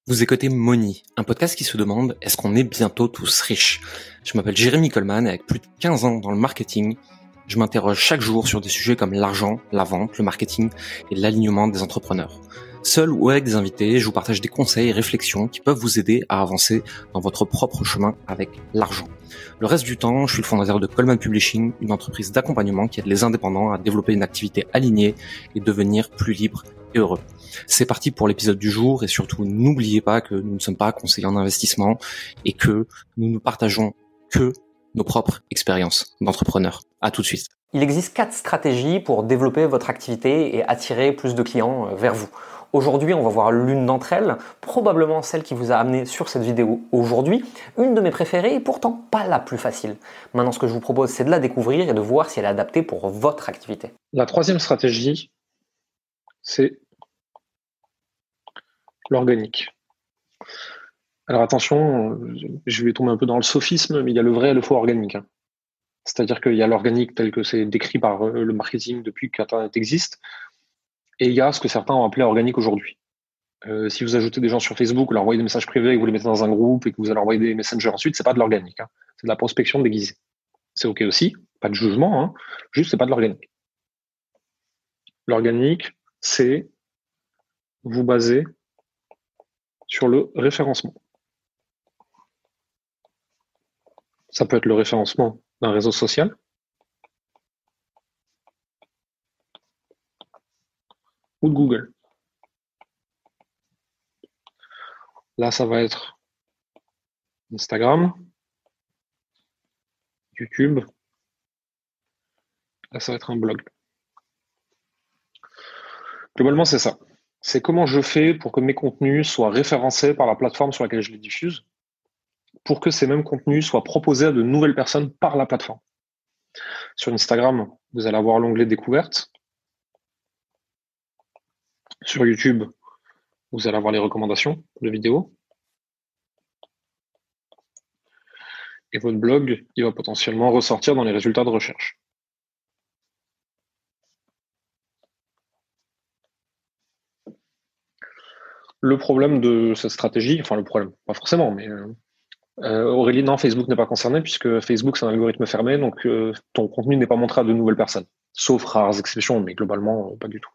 Vous écoutez Money, un podcast qui se demande est-ce qu'on est bientôt tous riches? Je m'appelle Jérémy Coleman et avec plus de 15 ans dans le marketing, je m'interroge chaque jour sur des sujets comme l'argent, la vente, le marketing et l'alignement des entrepreneurs. Seul ou avec des invités, je vous partage des conseils et réflexions qui peuvent vous aider à avancer dans votre propre chemin avec l'argent. Le reste du temps, je suis le fondateur de Coleman Publishing, une entreprise d'accompagnement qui aide les indépendants à développer une activité alignée et devenir plus libre et heureux. C'est parti pour l'épisode du jour et surtout n'oubliez pas que nous ne sommes pas conseillers en investissement et que nous ne partageons que nos propres expériences d'entrepreneurs. À tout de suite. Il existe 4 stratégies pour développer votre activité et attirer plus de clients vers vous. Aujourd'hui, on va voir l'une d'entre elles, probablement celle qui vous a amené sur cette vidéo aujourd'hui, une de mes préférées et pourtant pas la plus facile. Maintenant, ce que je vous propose, c'est de la découvrir et de voir si elle est adaptée pour votre activité. La troisième stratégie, c'est l'organique. Alors attention, je vais tomber un peu dans le sophisme, mais il y a le vrai et le faux organique. C'est-à-dire qu'il y a l'organique tel que c'est décrit par le marketing depuis qu'Internet existe, et il y a ce que certains ont appelé organique aujourd'hui. Si vous ajoutez des gens sur Facebook, vous leur envoyez des messages privés, et que vous les mettez dans un groupe et que vous allez envoyer des messengers ensuite, c'est pas de l'organique. C'est de la prospection déguisée. C'est OK aussi, pas de jugement, juste c'est pas de l'organique. L'organique, c'est vous baser sur le référencement. Ça peut être le référencement d'un réseau social, ou de Google. Là, ça va être Instagram, YouTube. Là, ça va être un blog. Globalement, c'est ça. C'est comment je fais pour que mes contenus soient référencés par la plateforme sur laquelle je les diffuse, pour que ces mêmes contenus soient proposés à de nouvelles personnes par la plateforme. Sur Instagram, vous allez avoir l'onglet découverte. Sur YouTube, vous allez avoir les recommandations de vidéos. Et votre blog, il va potentiellement ressortir dans les résultats de recherche. Le problème de cette stratégie, enfin le problème, pas forcément, mais Aurélie, non, Facebook n'est pas concerné puisque Facebook, c'est un algorithme fermé, donc ton contenu n'est pas montré à de nouvelles personnes, sauf rares exceptions, mais globalement, pas du tout.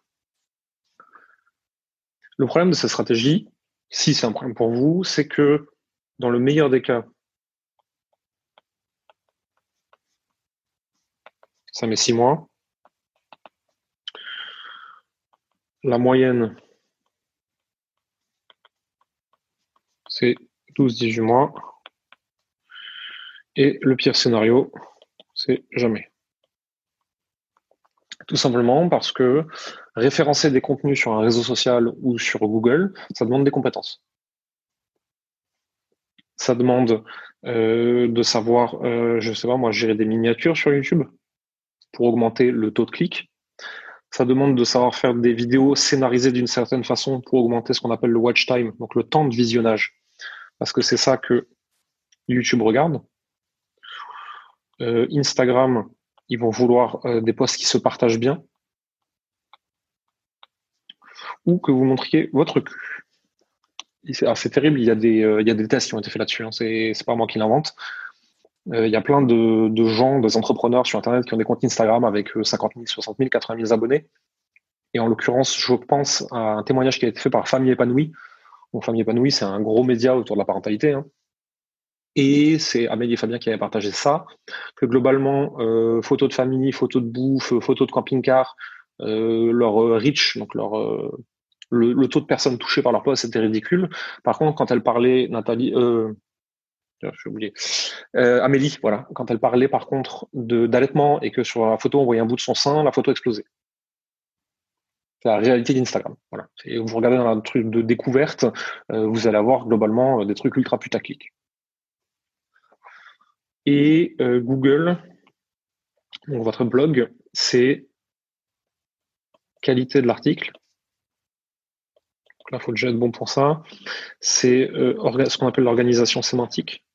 Le problème de cette stratégie, si c'est un problème pour vous, c'est que dans le meilleur des cas, ça met 6 mois. La moyenne, c'est 12-18 mois. Et le pire scénario, c'est jamais. Tout simplement parce que référencer des contenus sur un réseau social ou sur Google, ça demande des compétences. Ça demande de savoir, je sais pas moi, gérer des miniatures sur YouTube pour augmenter le taux de clic. Ça demande de savoir faire des vidéos scénarisées d'une certaine façon pour augmenter ce qu'on appelle le watch time, donc le temps de visionnage. Parce que c'est ça que YouTube regarde. Instagram, ils vont vouloir des posts qui se partagent bien ou que vous montriez votre cul. C'est terrible, il y a des tests qui ont été faits là-dessus, c'est pas moi qui l'invente. Il y a plein de gens, des entrepreneurs sur Internet qui ont des comptes Instagram avec 50 000, 60 000, 80 000 abonnés. Et en l'occurrence, je pense à un témoignage qui a été fait par Famille Épanouie. Donc, Famille Épanouie, c'est un gros média autour de la parentalité. Et c'est Amélie et Fabien qui avaient partagé ça, que globalement, photos de famille, photos de bouffe, photos de camping-car, leur reach, donc le taux de personnes touchées par leur post, c'était ridicule. Par contre, quand elle parlait, j'ai oublié, Amélie, voilà, quand elle parlait par contre d'allaitement et que sur la photo on voyait un bout de son sein, la photo explosait. C'est la réalité d'Instagram. Voilà. Et vous regardez dans un truc de découverte, vous allez avoir globalement des trucs ultra putaclic. Et Google, donc votre blog, c'est qualité de l'article. Donc là, il faut déjà être bon pour ça. C'est ce qu'on appelle l'organisation sémantique.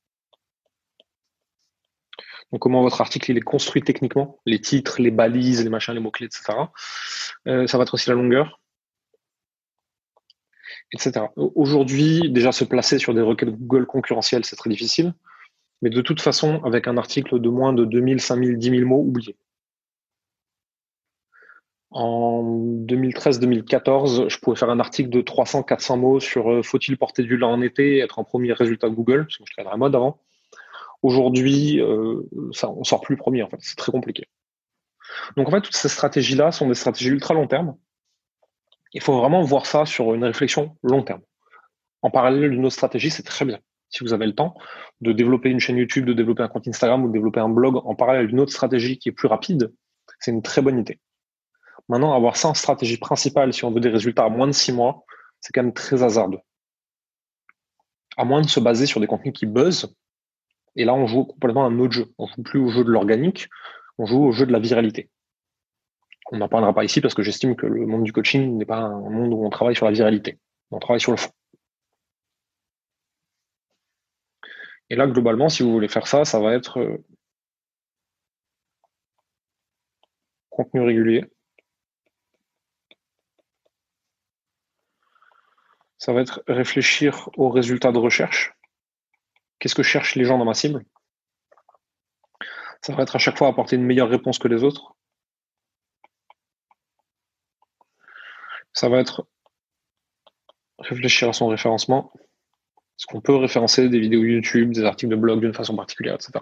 Donc comment votre article il est construit techniquement, les titres, les balises, les machins, les mots-clés, etc. Ça va être aussi la longueur. etc. Aujourd'hui, déjà se placer sur des requêtes Google concurrentielles, c'est très difficile. Mais de toute façon, avec un article de moins de 2000, 5000, 10 000 mots, oubliez. En 2013-2014, je pouvais faire un article de 300-400 mots sur faut-il porter du lin en été et être en premier résultat de Google, parce que je travaillais à la mode avant. Aujourd'hui, on sort plus premier, en fait. C'est très compliqué. Donc, en fait, toutes ces stratégies-là sont des stratégies ultra long terme. Il faut vraiment voir ça sur une réflexion long terme. En parallèle d'une autre stratégie, c'est très bien. Si vous avez le temps de développer une chaîne YouTube, de développer un compte Instagram ou de développer un blog en parallèle d'une autre stratégie qui est plus rapide, c'est une très bonne idée. Maintenant, avoir ça en stratégie principale, si on veut des résultats à moins de 6 mois, c'est quand même très hasardeux. À moins de se baser sur des contenus qui buzzent, et là, on joue complètement à un autre jeu. On ne joue plus au jeu de l'organique, on joue au jeu de la viralité. On n'en parlera pas ici parce que j'estime que le monde du coaching n'est pas un monde où on travaille sur la viralité. On travaille sur le fond. Et là, globalement, si vous voulez faire ça, ça va être contenu régulier. Ça va être réfléchir aux résultats de recherche. Qu'est-ce que cherchent les gens dans ma cible? Ça va être à chaque fois apporter une meilleure réponse que les autres. Ça va être réfléchir à son référencement. Est-ce qu'on peut référencer des vidéos YouTube, des articles de blog d'une façon particulière, etc.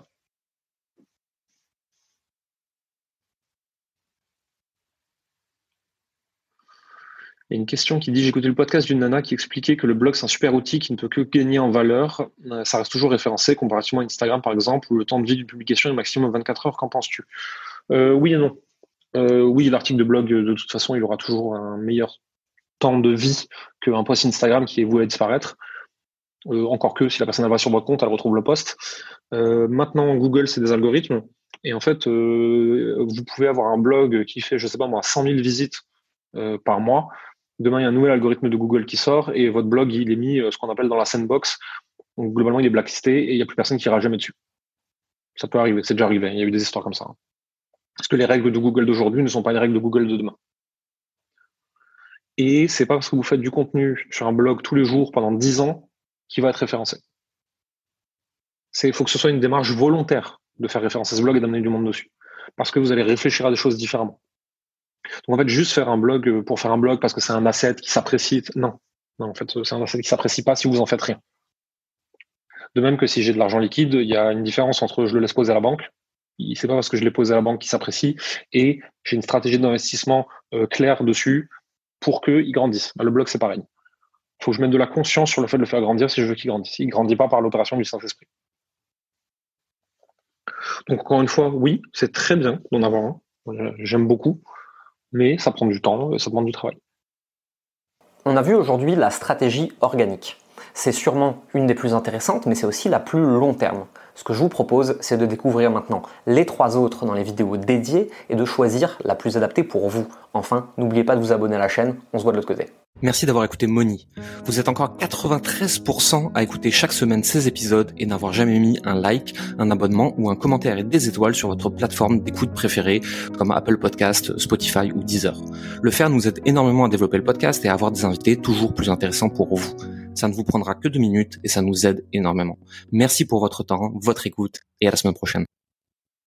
Il y a une question qui dit: j'ai écouté le podcast d'une nana qui expliquait que le blog c'est un super outil qui ne peut que gagner en valeur. Ça reste toujours référencé comparativement à Instagram par exemple, où le temps de vie d'une publication est maximum 24 heures. Qu'en penses-tu? Oui et non. Oui, l'article de blog, de toute façon, il aura toujours un meilleur temps de vie qu'un post Instagram qui est voué à disparaître. Encore que si la personne va sur votre compte, elle retrouve le post. Maintenant, Google, c'est des algorithmes. Et en fait, vous pouvez avoir un blog qui fait, je sais pas moi, 100 000 visites par mois. Demain, il y a un nouvel algorithme de Google qui sort et votre blog, il est mis ce qu'on appelle dans la sandbox. Donc, globalement, il est blacklisté et il n'y a plus personne qui ira jamais dessus. Ça peut arriver, c'est déjà arrivé. Il y a eu des histoires comme ça. Parce que les règles de Google d'aujourd'hui ne sont pas les règles de Google de demain. Et c'est pas parce que vous faites du contenu sur un blog tous les jours pendant 10 ans qu'il va être référencé. Il faut que ce soit une démarche volontaire de faire référencer ce blog et d'amener du monde dessus. Parce que vous allez réfléchir à des choses différemment. Donc en fait, juste faire un blog pour faire un blog parce que c'est un asset qui s'apprécie, non. Non, en fait, c'est un asset qui s'apprécie pas si vous en faites rien. De même que si j'ai de l'argent liquide, il y a une différence entre je le laisse poser à la banque, c'est pas parce que je l'ai posé à la banque qu'il s'apprécie, et j'ai une stratégie d'investissement claire dessus pour qu'il grandisse. Le blog, c'est pareil. Il faut que je mette de la conscience sur le fait de le faire grandir si je veux qu'il grandisse. Il ne grandit pas par l'opération du Saint-Esprit. Donc encore une fois, oui, c'est très bien d'en avoir un. J'aime beaucoup. Mais ça prend du temps, ça demande du travail. On a vu aujourd'hui la stratégie organique. C'est sûrement une des plus intéressantes, mais c'est aussi la plus long terme. Ce que je vous propose, c'est de découvrir maintenant les 3 autres dans les vidéos dédiées et de choisir la plus adaptée pour vous. Enfin, n'oubliez pas de vous abonner à la chaîne, on se voit de l'autre côté. Merci d'avoir écouté Money. Vous êtes encore 93% à écouter chaque semaine ces épisodes et n'avoir jamais mis un like, un abonnement ou un commentaire et des étoiles sur votre plateforme d'écoute préférée comme Apple Podcast, Spotify ou Deezer. Le faire nous aide énormément à développer le podcast et à avoir des invités toujours plus intéressants pour vous. Ça ne vous prendra que 2 minutes et ça nous aide énormément. Merci pour votre temps, votre écoute et à la semaine prochaine.